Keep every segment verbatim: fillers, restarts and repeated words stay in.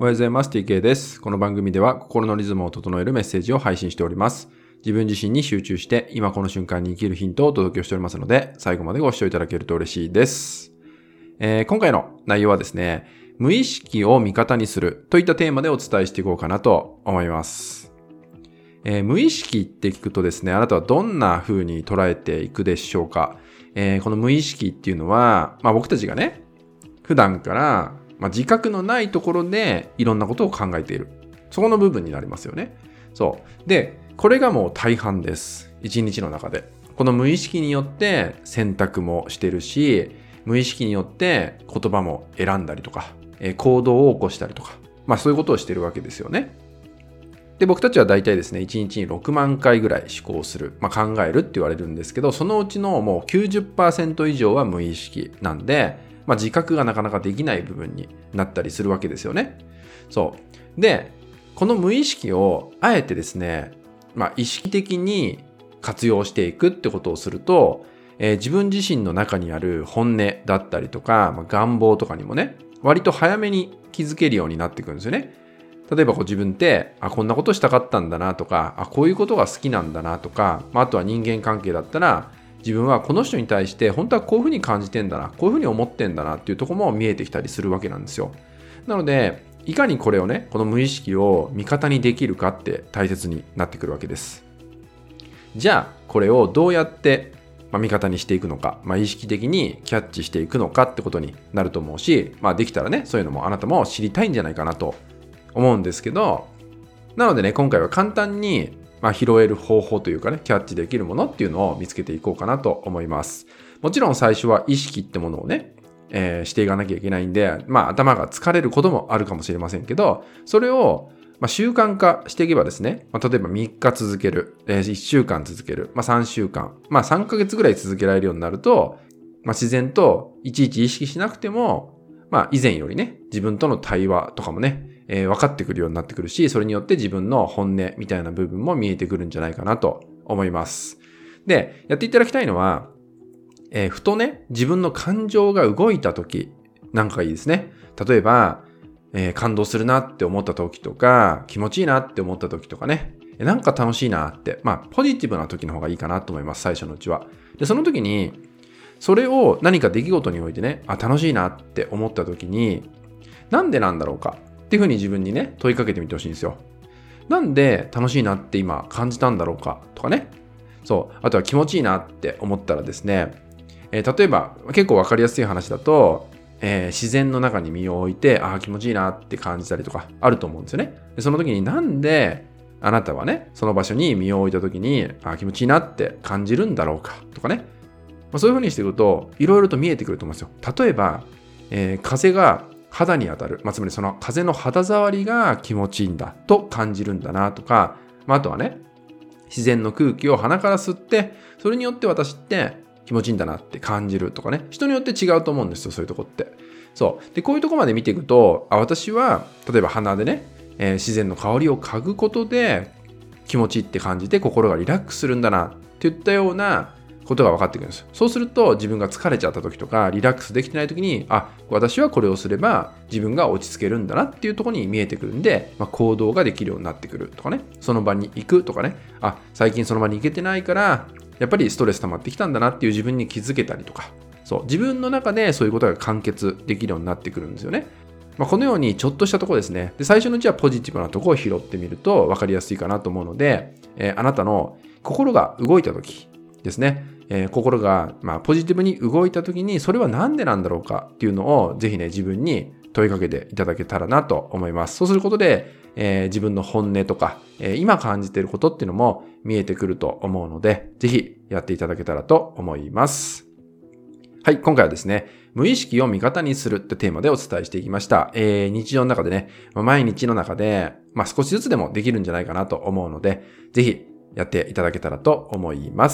おはようございます。ティーケー です。この番組では心のリズムを整えるメッセージを配信しております。自分自身に集中して今この瞬間に生きるヒントをお届けしておりますので、最後までご視聴いただけると嬉しいです。えー、今回の内容はですね、無意識を味方にするといったテーマでお伝えしていこうかなと思います。えー、無意識って聞くとですね、あなたはどんな風に捉えていくでしょうか。えー、この無意識っていうのは、まあ僕たちがね、普段からまあ、自覚のないところでいろんなことを考えている。そこの部分になりますよね。そう。で、これがもう大半です。一日の中で。この無意識によって選択もしてるし、無意識によって言葉も選んだりとか、えー、行動を起こしたりとか、まあそういうことをしてるわけですよね。で、僕たちは大体ですね、いちにちにろくまんかいぐらい思考する、まあ考えるって言われるんですけど、そのうちのもう きゅうじゅっパーセント 以上は無意識なんで、まあ、自覚がなかなかできない部分になったりするわけですよね。そう。で、この無意識をあえてですね、まあ、意識的に活用していくってことをすると、えー、自分自身の中にある本音だったりとか、まあ、願望とかにもね、割と早めに気づけるようになってくるんですよね。例えばこう自分って、あ、こんなことしたかったんだなとか、あ、こういうことが好きなんだなとか、まあ、あとは人間関係だったら、自分はこの人に対して本当はこういうふうに感じてんだな、こういうふうに思ってんだなっていうところも見えてきたりするわけなんですよ。なので、いかにこれをね、この無意識を味方にできるかって大切になってくるわけです。じゃあ、これをどうやって、まあ、味方にしていくのか、まあ、意識的にキャッチしていくのかってことになると思うし、まあ、できたらね、そういうのもあなたも知りたいんじゃないかなと思うんですけど、なのでね、今回は簡単にまあ、拾える方法というかね、キャッチできるものっていうのを見つけていこうかなと思います。もちろん最初は意識ってものをね、えー、していかなきゃいけないんで、まあ頭が疲れることもあるかもしれませんけど、それをまあ習慣化していけばですね、まあ、例えばみっか続ける、えー、いっしゅうかん続ける、まあさんしゅうかん、まあさんかげつぐらい続けられるようになると、まあ自然といちいち意識しなくても、まあ以前よりね、自分との対話とかもね、えー、分かってくるようになってくるし、それによって自分の本音みたいな部分も見えてくるんじゃないかなと思います。で、やっていただきたいのは、えー、ふとね、自分の感情が動いた時なんかいいですね。例えば、えー、感動するなって思った時とか、気持ちいいなって思った時とかね、なんか楽しいなって、まあ、ポジティブな時の方がいいかなと思います、最初のうちは。で、その時に、それを何か出来事においてね、あ、楽しいなって思った時に、なんでなんだろうかっていうふうに自分にね、問いかけてみてほしいんですよ。なんで楽しいなって今感じたんだろうかとかね。そう。あとは気持ちいいなって思ったらですね、えー、例えば結構わかりやすい話だと、えー、自然の中に身を置いて、ああ気持ちいいなって感じたりとかあると思うんですよね。でその時になんであなたはね、その場所に身を置いた時に、ああ気持ちいいなって感じるんだろうかとかね。まあ、そういうふうにしていくと、いろいろと見えてくると思うんですよ。例えば、えー、風が肌に当たる、まあ、つまりその風の肌触りが気持ちいいんだと感じるんだなとか、まあ、あとはね、自然の空気を鼻から吸って、それによって私って気持ちいいんだなって感じるとかね、人によって違うと思うんですよ、そういうとこって。そう。で、こういうとこまで見ていくと、あ、私は、例えば鼻でね、えー、自然の香りを嗅ぐことで気持ちいいって感じて心がリラックスするんだなっていったようなことが分かってくるんです。そうすると自分が疲れちゃった時とかリラックスできてない時に、あ、私はこれをすれば自分が落ち着けるんだなっていうところに見えてくるんで、まあ、行動ができるようになってくるとかね、その場に行くとかね、あ、最近その場に行けてないからやっぱりストレス溜まってきたんだなっていう自分に気づけたりとか、そう、自分の中でそういうことが完結できるようになってくるんですよね。まあ、このようにちょっとしたところですね。で、最初のうちはポジティブなところを拾ってみると分かりやすいかなと思うので、えー、あなたの心が動いた時ですね、えー、心が、まあ、ポジティブに動いた時にそれはなんでなんだろうかっていうのをぜひね、自分に問いかけていただけたらなと思います。そうすることで、えー、自分の本音とか、えー、今感じていることっていうのも見えてくると思うので、ぜひやっていただけたらと思います。はい、今回はですね、無意識を味方にするってテーマでお伝えしていきました。えー、日常の中でね、毎日の中で、まあ、少しずつでもできるんじゃないかなと思うので、ぜひやっていただけたらと思います。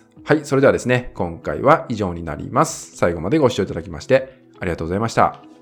はい、それではですね、今回は以上になります。最後までご視聴いただきましてありがとうございました。